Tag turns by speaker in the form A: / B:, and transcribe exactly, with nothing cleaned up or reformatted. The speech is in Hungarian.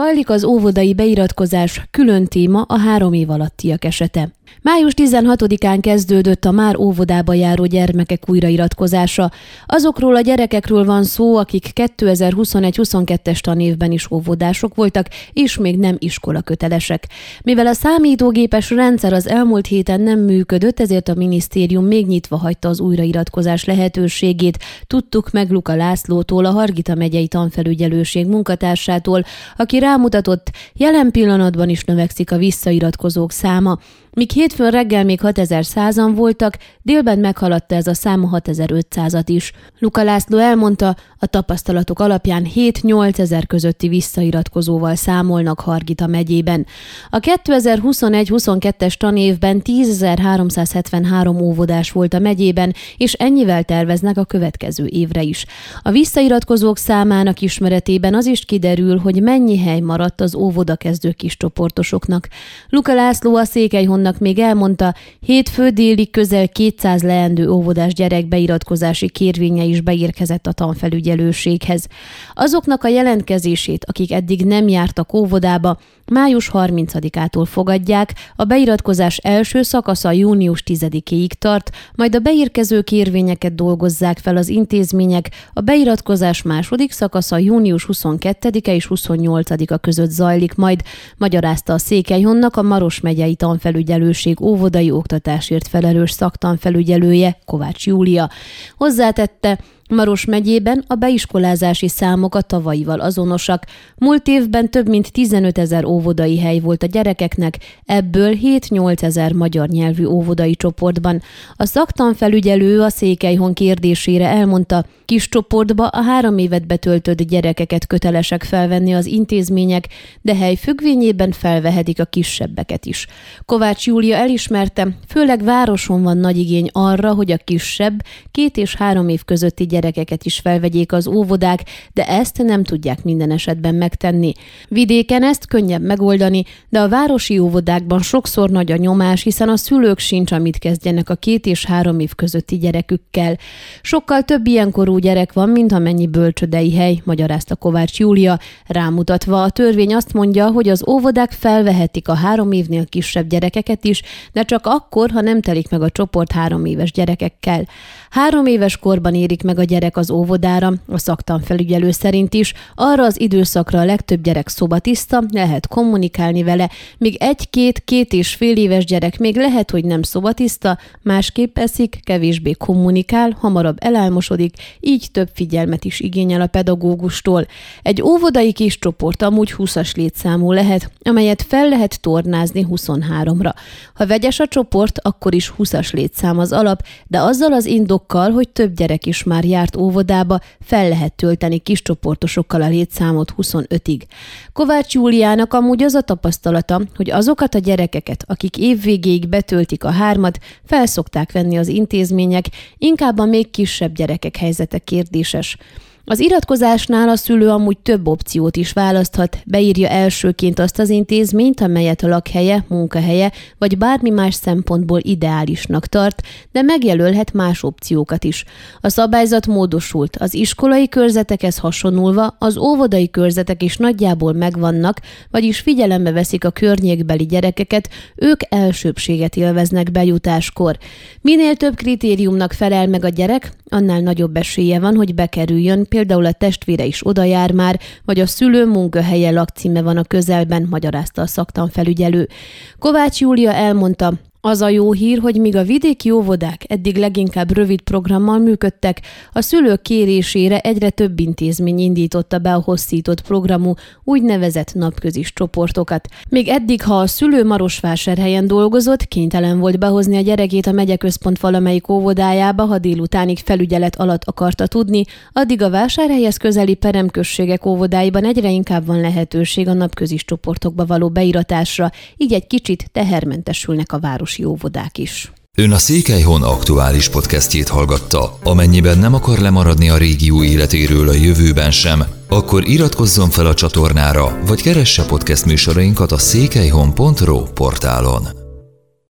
A: Zajlik az óvodai beiratkozás, külön téma a három év alattiak esete. május tizenhatodikán kezdődött a már óvodába járó gyermekek újrairatkozása. Azokról a gyerekekről van szó, akik kétezer-huszonegy-huszonkettes tanévben is óvodások voltak, és még nem iskolakötelesek. Mivel a számítógépes rendszer az elmúlt héten nem működött, ezért a minisztérium még nyitva hagyta az újrairatkozás lehetőségét. Tudtuk meg Luka Lászlótól, a Hargita megyei tanfelügyelőség munkatársától, aki rámutatott, jelen pillanatban is növekszik a visszairatkozók száma. Míg hétfőn reggel még hatezerszázan voltak, délben meghaladta ez a szám a hatezer-ötszázat is. Luka László elmondta, a tapasztalatok alapján hét-nyolc ezer közötti visszairatkozóval számolnak Hargita megyében. A kétezer-huszonegy-huszonkettes tanévben tízezer-háromszázhetvenhárom óvodás volt a megyében, és ennyivel terveznek a következő évre is. A visszairatkozók számának ismeretében az is kiderül, hogy mennyi hely maradt az óvodakezdő kiscsoportosoknak. Luka László a Székelyhonnak még elmondta, hétfő délig közel kétszáz leendő óvodás gyerek beiratkozási kérvénye is beérkezett a tanfelügyelőséghez. Azoknak a jelentkezését, akik eddig nem jártak óvodába, május harmincadikától fogadják, a beiratkozás első szakasza június tizedikéig tart, majd a beérkező kérvényeket dolgozzák fel az intézmények, a beiratkozás második szakasza június huszonkettedike és huszonnyolcadika között zajlik majd, magyarázta a Székelyhonnak a Maros megyei tanfelügyelőség óvodai oktatásért felelős szaktanfelügyelője, Kovács Júlia. Hozzátette, Maros megyében a beiskolázási számok a tavalyival azonosak. Múlt évben több mint tizenötezer óvodai hely volt a gyerekeknek, ebből hét-nyolc ezer magyar nyelvű óvodai csoportban. A szaktanfelügyelő a Székelyhon kérdésére elmondta, kis csoportba a három évet betöltött gyerekeket kötelesek felvenni az intézmények, de hely függvényében felvehetik a kisebbeket is. Kovács Júlia elismerte, főleg városon van nagy igény arra, hogy a kisebb, két és három év közötti gyerekeket is felvegyék az óvodák, de ezt nem tudják minden esetben megtenni. Vidéken ezt könnyebb megoldani, de a városi óvodákban sokszor nagy a nyomás, hiszen a szülők sincs, amit kezdjenek a két és három év közötti gyerekükkel. Sokkal több ilyenkorú gyerek van, mint amennyi bölcsődei hely, magyarázta Kovács Júlia, rámutatva a törvény azt mondja, hogy az óvodák felvehetik a három évnél kisebb gyerekeket is, de csak akkor, ha nem telik meg a csoport három éves gyerekekkel. Három éves korban érik meg a gyerek az óvodára, a szaktanfelügyelő szerint is, arra az időszakra a legtöbb gyerek szobatiszta, lehet kommunikálni vele, míg egy-két, két és fél éves gyerek még lehet, hogy nem szobatiszta, másképp eszik, kevésbé kommunikál, hamarabb elálmosodik, így több figyelmet is igényel a pedagógustól. Egy óvodai kis csoport amúgy húszas létszámú lehet, amelyet fel lehet tornázni huszonháromra. Ha vegyes a csoport, akkor is húszas létszám az alap, de azzal az indokkal, hogy több gyerek is már járt óvodába, fel lehet tölteni kiscsoportosokkal a létszámot huszonötig. Kovács Júliának amúgy az a tapasztalata, hogy azokat a gyerekeket, akik évvégéig betöltik a hármat, fel szokták venni az intézmények, inkább a még kisebb gyerekek helyzete kérdéses. Az iratkozásnál a szülő amúgy több opciót is választhat, beírja elsőként azt az intézményt, amelyet a lakhelye, munkahelye vagy bármi más szempontból ideálisnak tart, de megjelölhet más opciókat is. A szabályzat módosult, az iskolai körzetekhez hasonulva az óvodai körzetek is nagyjából megvannak, vagyis figyelembe veszik a környékbeli gyerekeket, ők elsőbbséget élveznek bejutáskor. Minél több kritériumnak felel meg a gyerek, annál nagyobb esélye van, hogy bekerüljön, például a testvére is oda jár már, vagy a szülő munkahelye, lakcíme van a közelben, magyarázta a szaktanfelügyelő. Kovács Júlia elmondta, az a jó hír, hogy míg a vidéki óvodák eddig leginkább rövid programmal működtek, a szülők kérésére egyre több intézmény indította be a hosszított programú, úgynevezett napközis csoportokat. Még eddig, ha a szülő Marosvásárhelyen dolgozott, kénytelen volt behozni a gyerekét a megyeközpont valamelyik óvodájába, ha délutánig felügyelet alatt akarta tudni, addig a vásárhelyhez közeli peremközségek óvodáiban egyre inkább van lehetőség a napközis csoportokba való beiratásra, így egy kicsit tehermentesülnek a város óvodák is.
B: Ön a Székelyhon aktuális podcastjét hallgatta. Amennyiben nem akar lemaradni a régió életéről a jövőben sem, akkor iratkozzon fel a csatornára, vagy keresse podcast műsorainkat a székelyhon pont ro portálon.